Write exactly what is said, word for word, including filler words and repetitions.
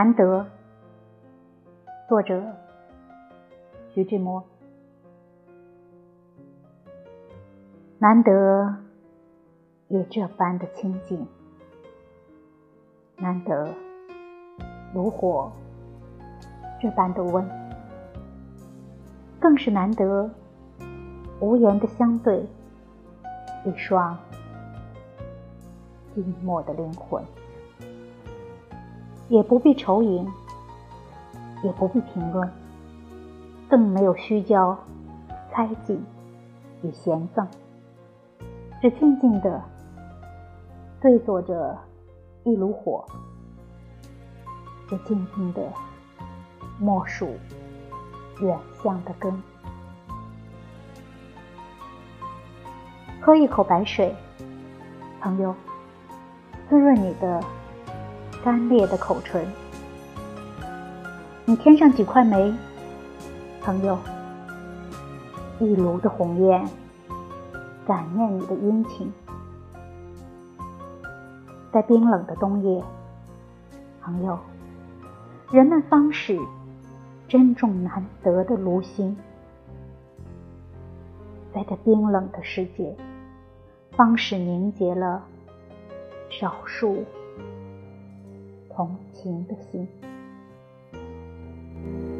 难得，作者徐志摩。难得也这般的清静，难得炉火这般的温，更是难得无言的相对，一双寂寞的灵魂。也不必愁吟，也不必评论，更没有虚焦、猜忌与嫌憎，只静静地对坐着一炉火，只静静地默数远向的根。喝一口白水，朋友，滋润你的干裂的口唇。你添上几块煤，朋友，一炉的红焰感念你的殷勤。在冰冷的冬夜，朋友，人们方使珍重难得的炉心。在这冰冷的世界，方使凝结了少数同情的心。